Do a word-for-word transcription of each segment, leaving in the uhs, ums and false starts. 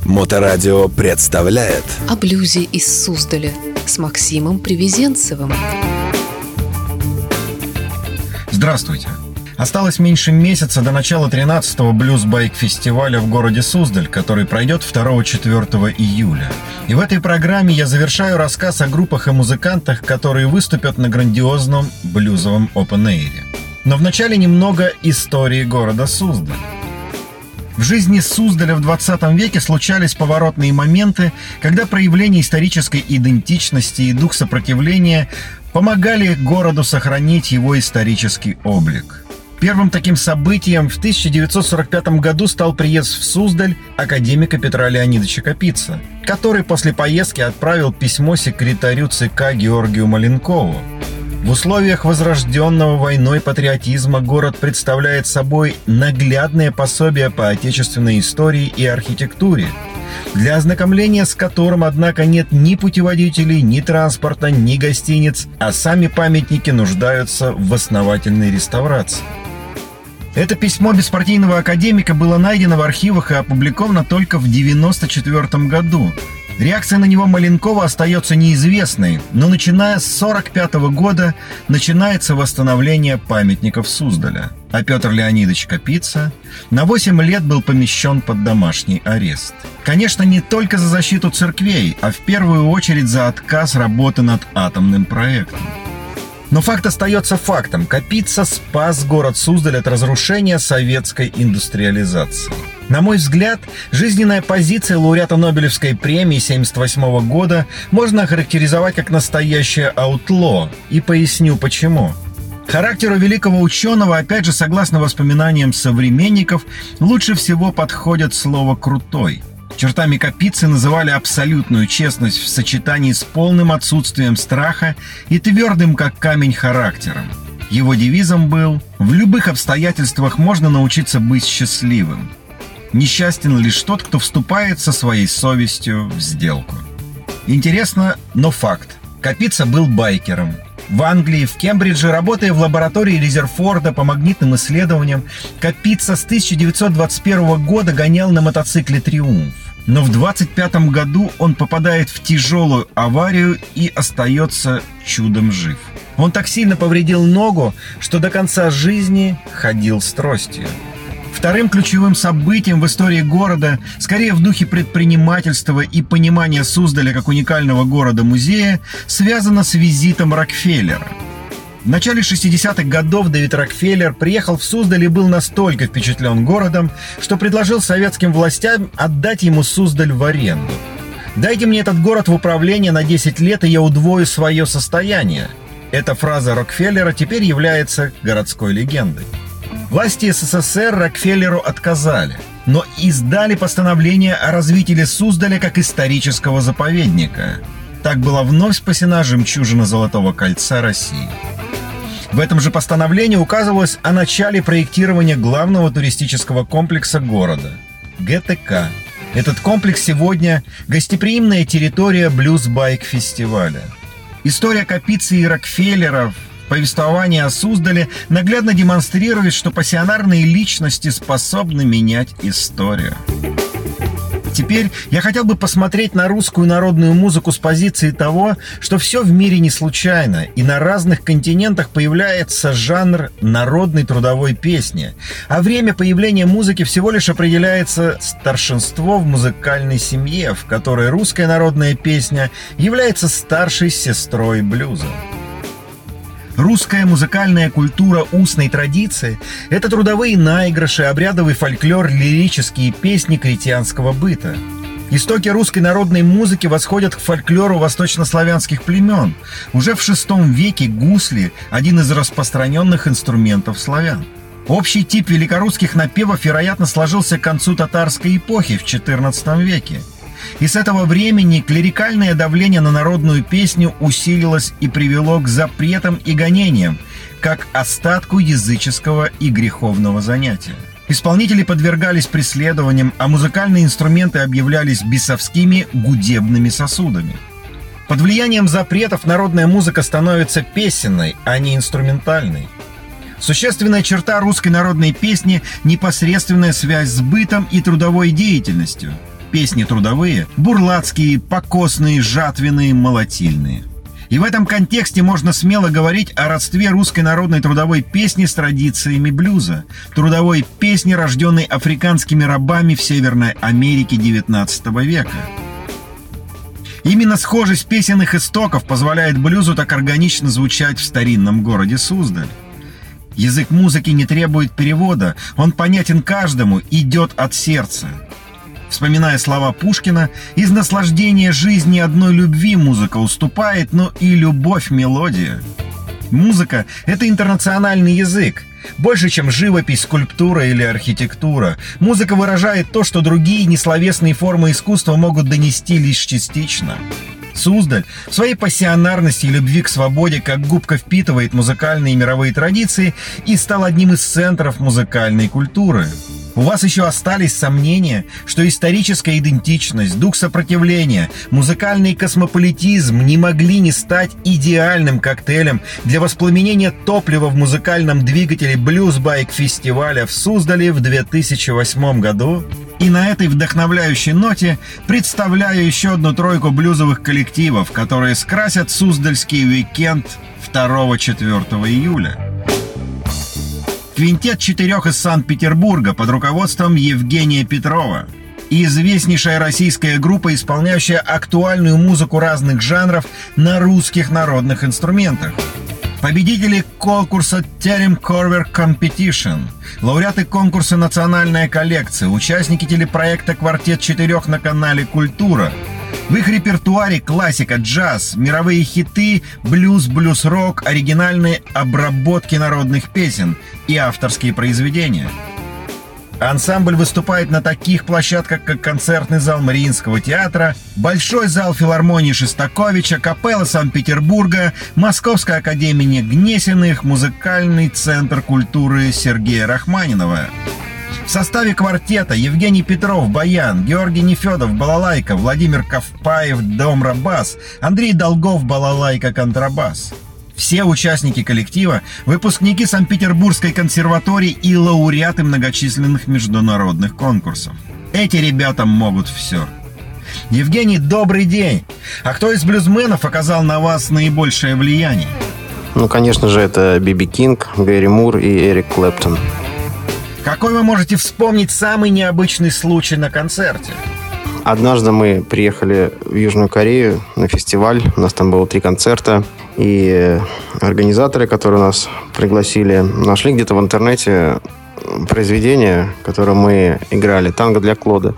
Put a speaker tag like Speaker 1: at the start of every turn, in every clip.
Speaker 1: Моторадио представляет
Speaker 2: О блюзе из Суздаля с Максимом Привезенцевым.
Speaker 3: Здравствуйте! Осталось меньше месяца до начала тринадцатого блюз-байк-фестиваля в городе Суздаль, который пройдет второго-четвёртого июля. И в этой программе я завершаю рассказ о группах и музыкантах, которые выступят на грандиозном блюзовом опен-эйре. Но вначале немного истории города Суздаль. В жизни Суздаля в двадцатом веке случались поворотные моменты, когда проявление исторической идентичности и дух сопротивления помогали городу сохранить его исторический облик. Первым таким событием в тысяча девятьсот сорок пятом году стал приезд в Суздаль академика Петра Леонидовича Капица, который после поездки отправил письмо секретарю ЦК Георгию Маленкову. В условиях возрожденного войной патриотизма город представляет собой наглядное пособие по отечественной истории и архитектуре, для ознакомления с которым, однако, нет ни путеводителей, ни транспорта, ни гостиниц, а сами памятники нуждаются в основательной реставрации. Это письмо беспартийного академика было найдено в архивах и опубликовано только в девяносто четвёртом году. Реакция на него Маленкова остается неизвестной, но начиная с сорок пятого года начинается восстановление памятников Суздаля, а Петр Леонидович Капица на восемь лет был помещен под домашний арест. Конечно, не только за защиту церквей, а в первую очередь за отказ работы над атомным проектом. Но факт остается фактом. Капица спас город Суздаль от разрушения советской индустриализации. На мой взгляд, жизненная позиция лауреата Нобелевской премии семьдесят восьмого года можно охарактеризовать как настоящее аутло, и поясню почему. Характеру великого ученого, опять же, согласно воспоминаниям современников, лучше всего подходит слово «крутой». Чертами Капицы называли абсолютную честность в сочетании с полным отсутствием страха и твердым как камень характером. Его девизом был «В любых обстоятельствах можно научиться быть счастливым. Несчастен лишь тот, кто вступает со своей совестью в сделку». Интересно, но факт. Капица был байкером. В Англии, в Кембридже, работая в лаборатории Резерфорда по магнитным исследованиям, Капица с тысяча девятьсот двадцать первого года гонял на мотоцикле «Триумф». Но в двадцать пятом году он попадает в тяжелую аварию и остается чудом жив. Он так сильно повредил ногу, что до конца жизни ходил с тростью. Вторым ключевым событием в истории города, скорее в духе предпринимательства и понимания Суздаля как уникального города-музея, связано с визитом Рокфеллера. В начале шестидесятых годов Дэвид Рокфеллер приехал в Суздаль и был настолько впечатлен городом, что предложил советским властям отдать ему Суздаль в аренду. «Дайте мне этот город в управление на десять лет, и я удвою свое состояние». Эта фраза Рокфеллера теперь является городской легендой. Власти СССР Рокфеллеру отказали, но издали постановление о развитии Суздаля как исторического заповедника. Так была вновь спасена жемчужина Золотого кольца России. В этом же постановлении указывалось о начале проектирования главного туристического комплекса города – ГТК. Этот комплекс сегодня – гостеприимная территория блюз-байк-фестиваля. История Капицы и Рокфеллеров, повествование о Суздале наглядно демонстрирует, что пассионарные личности способны менять историю. Теперь я хотел бы посмотреть на русскую народную музыку с позиции того, что все в мире не случайно, и на разных континентах появляется жанр народной трудовой песни, а время появления музыки всего лишь определяется старшинство в музыкальной семье, в которой русская народная песня является старшей сестрой блюза. Русская музыкальная культура устной традиции – это трудовые наигрыши, обрядовый фольклор, лирические песни крестьянского быта. Истоки русской народной музыки восходят к фольклору восточнославянских племен. Уже в шестом веке гусли – один из распространенных инструментов славян. Общий тип великорусских напевов, вероятно, сложился к концу татарской эпохи в четырнадцатом веке. И с этого времени клерикальное давление на народную песню усилилось и привело к запретам и гонениям, как остатку языческого и греховного занятия. Исполнители подвергались преследованиям, а музыкальные инструменты объявлялись бесовскими гудебными сосудами. Под влиянием запретов народная музыка становится песенной, а не инструментальной. Существенная черта русской народной песни – непосредственная связь с бытом и трудовой деятельностью. песни трудовые, бурлацкие, покосные, жатвенные, молотильные. И в этом контексте можно смело говорить о родстве русской народной трудовой песни с традициями блюза, трудовой песни, рожденной африканскими рабами в Северной Америке девятнадцатого века. Именно схожесть песенных истоков позволяет блюзу так органично звучать в старинном городе Суздаль. Язык музыки не требует перевода, он понятен каждому, идет от сердца. Вспоминая слова Пушкина, из наслаждения жизни одной любви музыка уступает, но и любовь — мелодия. Музыка — это интернациональный язык. Больше, чем живопись, скульптура или архитектура. Музыка выражает то, что другие несловесные формы искусства могут донести лишь частично. Суздаль в своей пассионарности и любви к свободе как губка впитывает музыкальные мировые традиции и стал одним из центров музыкальной культуры. У вас еще остались сомнения, что историческая идентичность, дух сопротивления, музыкальный космополитизм не могли не стать идеальным коктейлем для воспламенения топлива в музыкальном двигателе блюз-байк-фестиваля в Суздале в две тысячи восьмом году? И на этой вдохновляющей ноте представляю еще одну тройку блюзовых коллективов, которые скрасят суздальский уикенд второго-четвёртого июля. Квинтет четырех из Санкт-Петербурга под руководством Евгения Петрова. И известнейшая российская группа, исполняющая актуальную музыку разных жанров на русских народных инструментах. Победители конкурса Terem Cover Competition, лауреаты конкурса «Национальная коллекция», участники телепроекта «Квартет четырех» на канале «Культура». В их репертуаре классика, джаз, мировые хиты, блюз, блюз-рок, оригинальные обработки народных песен и авторские произведения. Ансамбль выступает на таких площадках, как концертный зал Мариинского театра, Большой зал филармонии Шостаковича, Капелла Санкт-Петербурга, Московская академия Гнесиных, Музыкальный центр культуры Сергея Рахманинова. В составе квартета Евгений Петров — баян, Георгий Нефедов — балалайка, Владимир Ковпаев — домра-бас, Андрей Долгов — балалайка-контрабас. Все участники коллектива — выпускники Санкт-Петербургской консерватории и лауреаты многочисленных международных конкурсов. Эти ребята могут все. Евгений, добрый день! А кто из блюзменов оказал на вас наибольшее влияние?
Speaker 4: Ну, конечно же, это Би Би Кинг, Гэри Мур и Эрик Клэптон.
Speaker 3: Какой вы можете вспомнить самый необычный случай на концерте?
Speaker 4: Однажды мы приехали в Южную Корею на фестиваль. У нас там было три концерта. И организаторы, которые нас пригласили, нашли где-то в интернете произведение, которое мы играли, «Танго для Клода».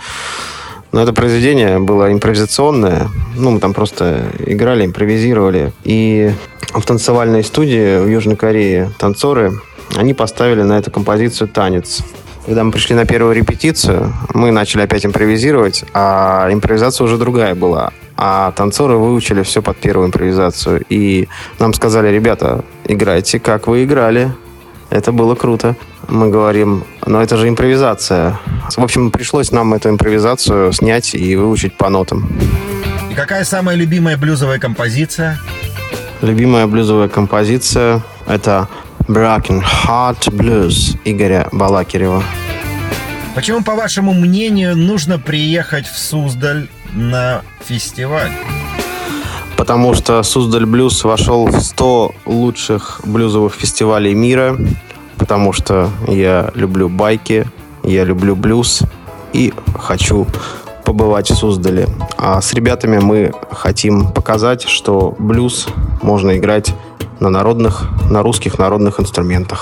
Speaker 4: Но это произведение было импровизационное. Ну, мы там просто играли, импровизировали. И в танцевальной студии в Южной Корее танцоры, они поставили на эту композицию танец. Когда мы пришли на первую репетицию, мы начали опять импровизировать, а импровизация уже другая была. А танцоры выучили все под первую импровизацию. И нам сказали: ребята, играйте, как вы играли. Это было круто. Мы говорим: но это же импровизация. В общем, пришлось нам эту импровизацию снять и выучить по нотам.
Speaker 3: И какая самая любимая блюзовая композиция?
Speaker 4: Любимая блюзовая композиция — это Broken Heart Blues Игоря Балакирева.
Speaker 3: Почему, по вашему мнению, нужно приехать в Суздаль на фестиваль?
Speaker 4: Потому что Суздаль Блюз вошел в сто лучших блюзовых фестивалей мира. Потому что я люблю байки, я люблю блюз и хочу побывать в Суздале. А с ребятами мы хотим показать, что блюз можно играть на народных, на русских народных инструментах.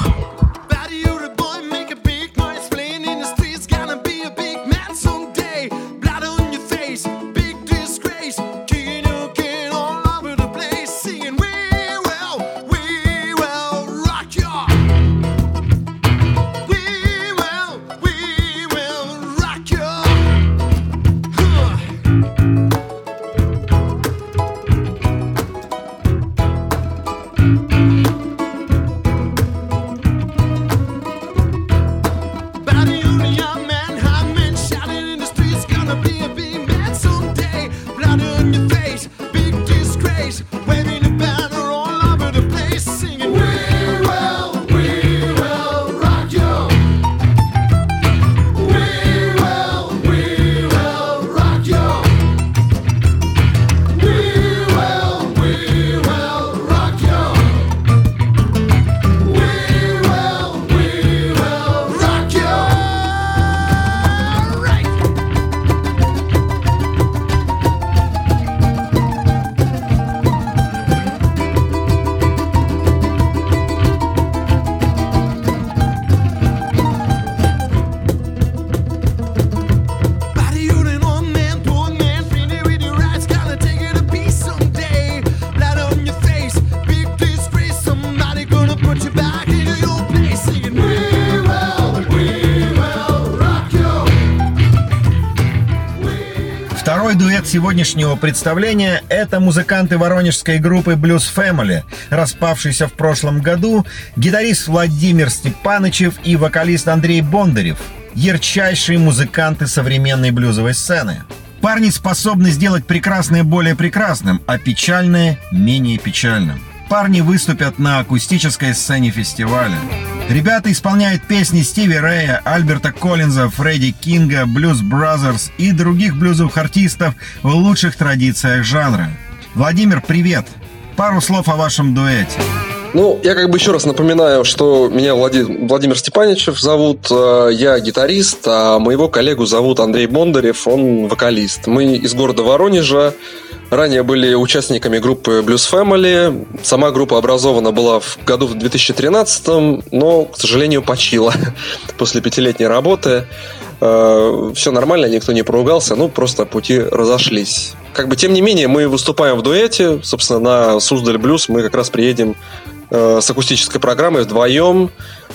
Speaker 3: Второй дуэт сегодняшнего представления – это музыканты воронежской группы Blues Family, распавшейся в прошлом году, гитарист Владимир Степанычев и вокалист Андрей Бондарев, ярчайшие музыканты современной блюзовой сцены. Парни способны сделать прекрасное более прекрасным, а печальное менее печальным. Парни выступят на акустической сцене фестиваля. Ребята исполняют песни Стиви Рэя, Альберта Коллинза, Фредди Кинга, Blues Brothers и других блюзовых артистов в лучших традициях жанра. Владимир, привет! Пару слов о вашем дуэте.
Speaker 5: Ну, я как бы еще раз напоминаю, что меня Влади... Владимир Степанычев зовут, я гитарист, а моего коллегу зовут Андрей Бондарев, он вокалист. Мы из города Воронежа, ранее были участниками группы Blues Family. Сама группа образована была в году в две тысячи тринадцатом, но, к сожалению, почила после пятилетней работы. Все нормально, никто не поругался, ну, просто пути разошлись. Как бы, тем не менее, мы выступаем в дуэте, собственно, на Суздаль Блюз мы как раз приедем с акустической программой вдвоем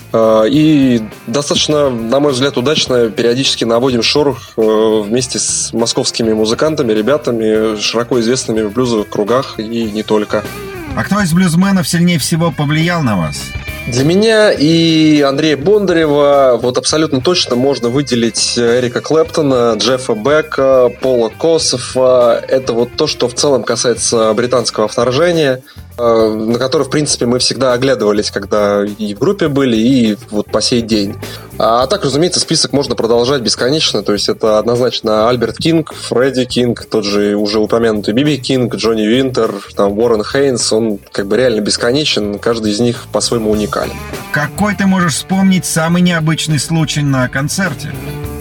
Speaker 5: и достаточно, на мой взгляд, удачно периодически наводим шорох вместе с московскими музыкантами, ребятами, широко известными в блюзовых кругах и не только.
Speaker 3: А кто из блюзменов сильнее всего повлиял на вас?
Speaker 5: Для меня и Андрея Бондарева вот абсолютно точно можно выделить Эрика Клэптона, Джеффа Бека, Пола Кософа. Это вот то, что в целом касается британского вторжения, на которое, в принципе, мы всегда оглядывались, когда и в группе были, и вот по сей день. А так, разумеется, список можно продолжать бесконечно. То есть это однозначно Альберт Кинг, Фредди Кинг, тот же уже упомянутый Биби Кинг, Джонни Винтер, там Уоррен Хейнс. Он как бы реально бесконечен, каждый из них по-своему уникален.
Speaker 3: Какой ты можешь вспомнить самый необычный случай на концерте?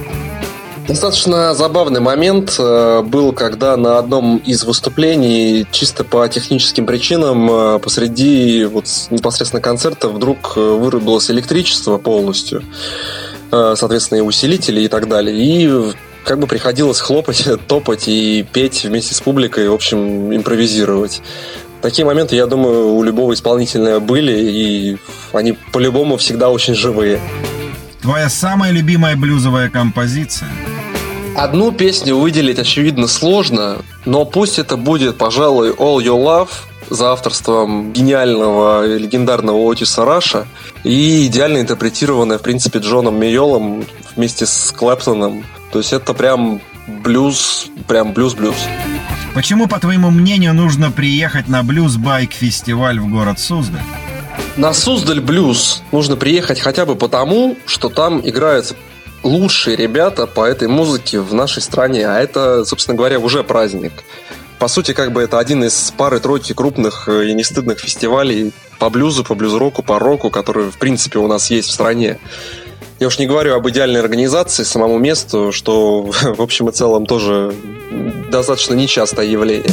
Speaker 5: Достаточно забавный момент был, когда на одном из выступлений чисто по техническим причинам посреди вот непосредственно концерта вдруг вырубилось электричество полностью, соответственно, и усилители и так далее. И как бы приходилось хлопать, топать и петь вместе с публикой, в общем, импровизировать. Такие моменты, я думаю, у любого исполнителя были, и они по-любому всегда очень живые.
Speaker 3: Твоя самая любимая блюзовая композиция?
Speaker 5: Одну песню выделить, очевидно, сложно, но пусть это будет, пожалуй, All Your Love за авторством гениального и легендарного Отиса Раша и идеально интерпретированная, в принципе, Джоном Мейолом вместе с Клэптоном. То есть это прям блюз, прям блюз-блюз.
Speaker 3: Почему, по твоему мнению, нужно приехать на блюз-байк-фестиваль в город Суздаль?
Speaker 5: На Суздаль Блюз нужно приехать хотя бы потому, что там играют лучшие ребята по этой музыке в нашей стране. А это, собственно говоря, уже праздник. По сути, как бы это один из пары-тройки крупных и не стыдных фестивалей по блюзу, по блюз-року, по року, которые, в принципе, у нас есть в стране. Я уж не говорю об идеальной организации, самому месту, что, в общем и целом, тоже достаточно нечастое явление.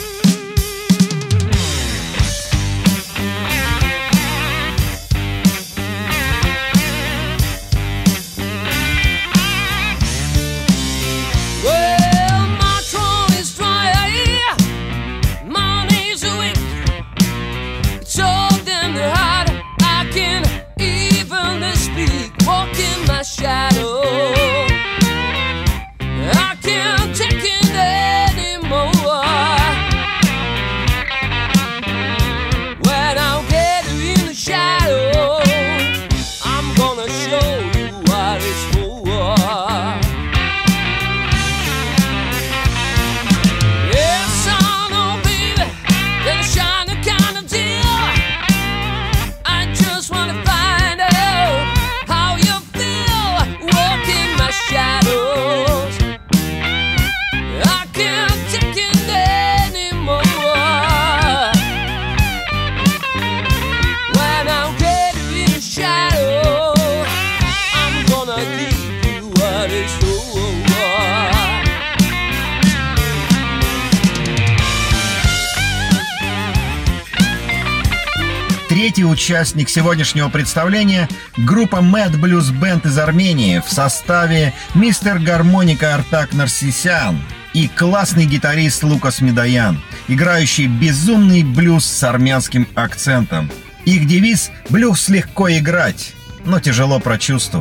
Speaker 3: Третий участник сегодняшнего представления – группа Mad Blues Band из Армении в составе мистер Гармоника Артак Нарсисян и классный гитарист Лукас Медоян, играющий безумный блюз с армянским акцентом. Их девиз – «Блюз легко играть, но тяжело прочувствовать».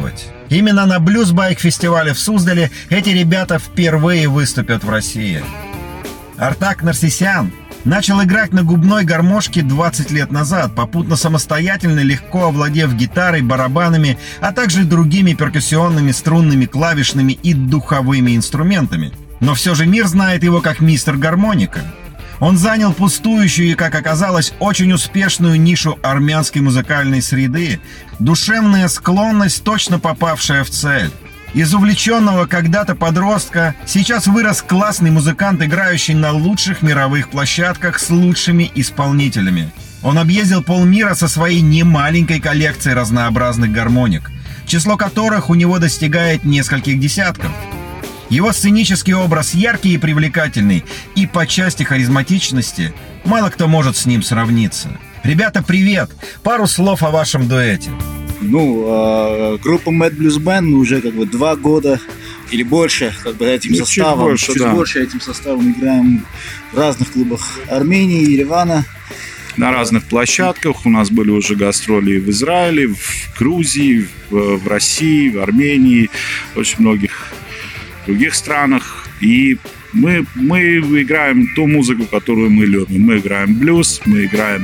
Speaker 3: Именно на блюз-байк-фестивале в Суздале эти ребята впервые выступят в России. Артак Нарсисян начал играть на губной гармошке двадцать лет назад, попутно самостоятельно легко овладев гитарой, барабанами, а также другими перкуссионными, струнными, клавишными и духовыми инструментами. Но все же мир знает его как мистер гармоника. Он занял пустующую и, как оказалось, очень успешную нишу армянской музыкальной среды, душевная склонность, точно попавшая в цель. Из увлеченного когда-то подростка сейчас вырос классный музыкант, играющий на лучших мировых площадках с лучшими исполнителями. Он объездил полмира со своей немаленькой коллекцией разнообразных гармоник, число которых у него достигает нескольких десятков. Его сценический образ яркий и привлекательный, и по части харизматичности мало кто может с ним сравниться. Ребята, привет! Пару слов о вашем дуэте.
Speaker 6: Ну, э, группа Mad Blues Band, мы уже как бы два года или больше как бы этим ну, составом, чуть больше, чуть да. больше этим составом играем в разных клубах Армении, Еревана.
Speaker 7: На разных площадках у нас были уже гастроли в Израиле, в Грузии, в, в России, в Армении, в очень многих других странах. И мы, мы играем ту музыку, которую мы любим. Мы играем блюз, мы играем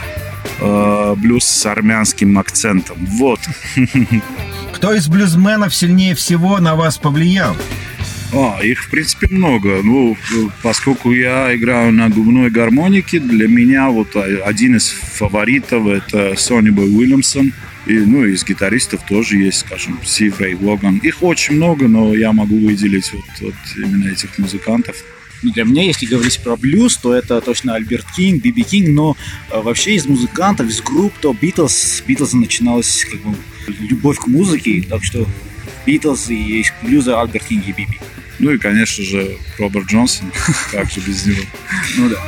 Speaker 7: э, блюз с армянским акцентом. Вот.
Speaker 3: Кто из блюзменов сильнее всего на вас повлиял?
Speaker 7: А, их, в принципе, много. Ну, поскольку я играю на губной гармонике, для меня вот один из фаворитов — это Сонни Бой Уильямсон. И, ну, из гитаристов тоже есть, скажем, Стив Рэй Воган. Их очень много, но я могу выделить вот, вот именно этих музыкантов.
Speaker 6: Ну, для меня, если говорить про блюз, то это точно Альберт Кинг, Би Би Кинг, но а, вообще из музыкантов, из групп, то Битлз, Битлз начиналась как бы любовь к музыке, так что Битлз и из блюза Альберт Кинг и Би Би.
Speaker 7: Ну и, конечно же, Роберт Джонсон, как же без него.
Speaker 6: Ну да.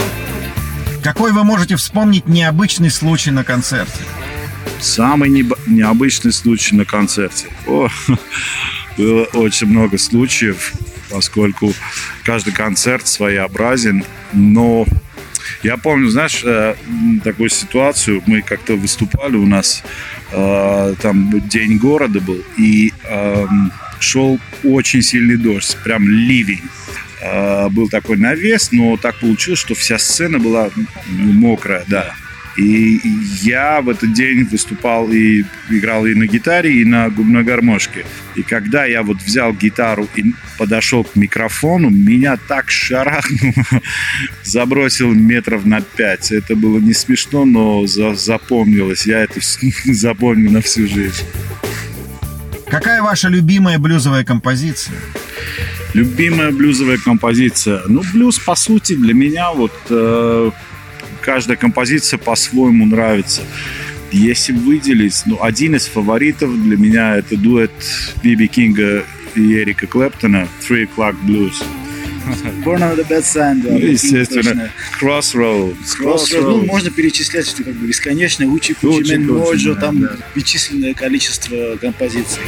Speaker 3: Какой вы можете вспомнить необычный случай на концерте?
Speaker 7: Самый не- необычный случай на концерте. О, было очень много случаев, поскольку каждый концерт своеобразен. Но я помню, знаешь, такую ситуацию. Мы как-то выступали, у нас там день города был, и шел очень сильный дождь, прям ливень. Был такой навес, но так получилось, что вся сцена была мокрая, да. И я в этот день выступал и играл и на гитаре, и на губной гармошке. И когда я вот взял гитару и подошел к микрофону, меня так шарахнуло, забросил метров на пять. Это было не смешно, но за- запомнилось. Я это запомню на всю жизнь.
Speaker 3: Какая ваша любимая блюзовая композиция?
Speaker 7: Любимая блюзовая композиция. Ну, блюз, по сути, для меня вот... Э- Каждая композиция по-своему нравится. Если выделить, ну, один из фаворитов для меня — это дуэт Би Би Кинга и Эрика Клэптона «Three O'Clock Blues».
Speaker 6: Born on the Bad Side, да.
Speaker 7: Ну, естественно. Crossroads.
Speaker 6: Crossroads. Ну, можно перечислять, что как бы бесконечно. Учи, Кучи, Моджо, там да. бесчисленное количество композиций.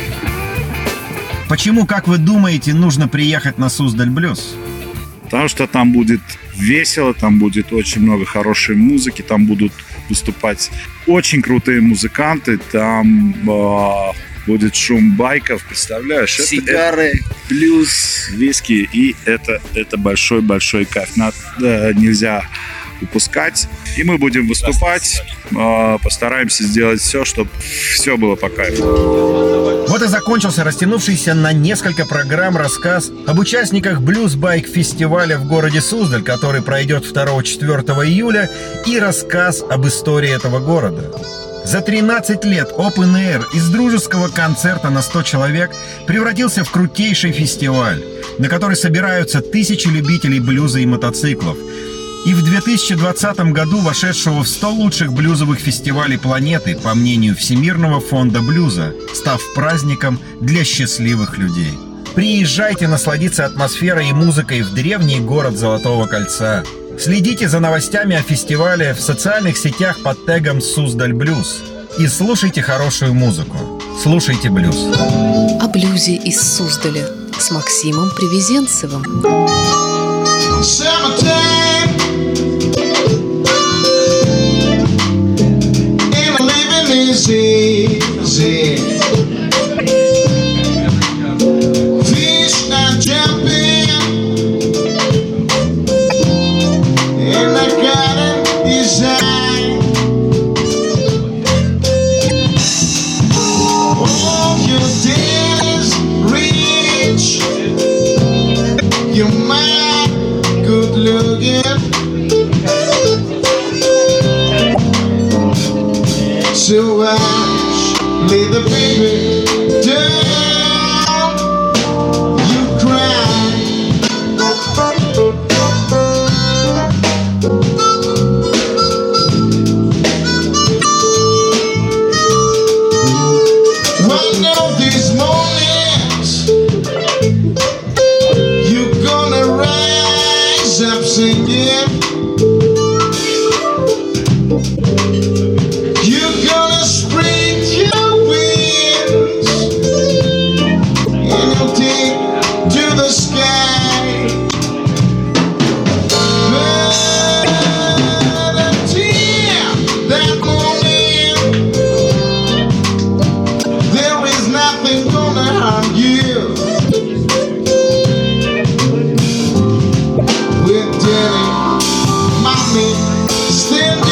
Speaker 3: Почему, как вы думаете, нужно приехать на Суздаль Блюз?
Speaker 7: Потому что там будет весело, там будет очень много хорошей музыки, там будут выступать очень крутые музыканты, там э, будет шум байков, представляешь?
Speaker 6: Сигары,
Speaker 7: это, это, блюз, виски, и это, это большой-большой кайф. Надо, э, нельзя упускать. И мы будем выступать, э, постараемся сделать все, чтобы все было по кайфу.
Speaker 3: Вот и закончился растянувшийся на несколько программ рассказ об участниках блюз-байк-фестиваля в городе Суздаль, который пройдет второго-четвёртого июля, и рассказ об истории этого города. За тринадцать лет Open Air из дружеского концерта на сто человек превратился в крутейший фестиваль, на который собираются тысячи любителей блюза и мотоциклов. И в две тысячи двадцатом году вошедшего в сто лучших блюзовых фестивалей планеты, по мнению Всемирного фонда блюза, став праздником для счастливых людей. Приезжайте насладиться атмосферой и музыкой в древний город Золотого Кольца. Следите за новостями о фестивале в социальных сетях под тегом «Суздаль Блюз». И слушайте хорошую музыку. Слушайте блюз.
Speaker 2: О блюзе из Суздаля с Максимом Привезенцевым.
Speaker 8: Easy, easy. jump in, and I got it design. Oh, your daddy's rich, your mind good looking. So I lay the baby down, you cry. One of these mornings, you're gonna rise up singing. You're gonna spread your wings and you'll take to the sky. But until that moment, there is nothing gonna harm you. With daddy, mommy, standing.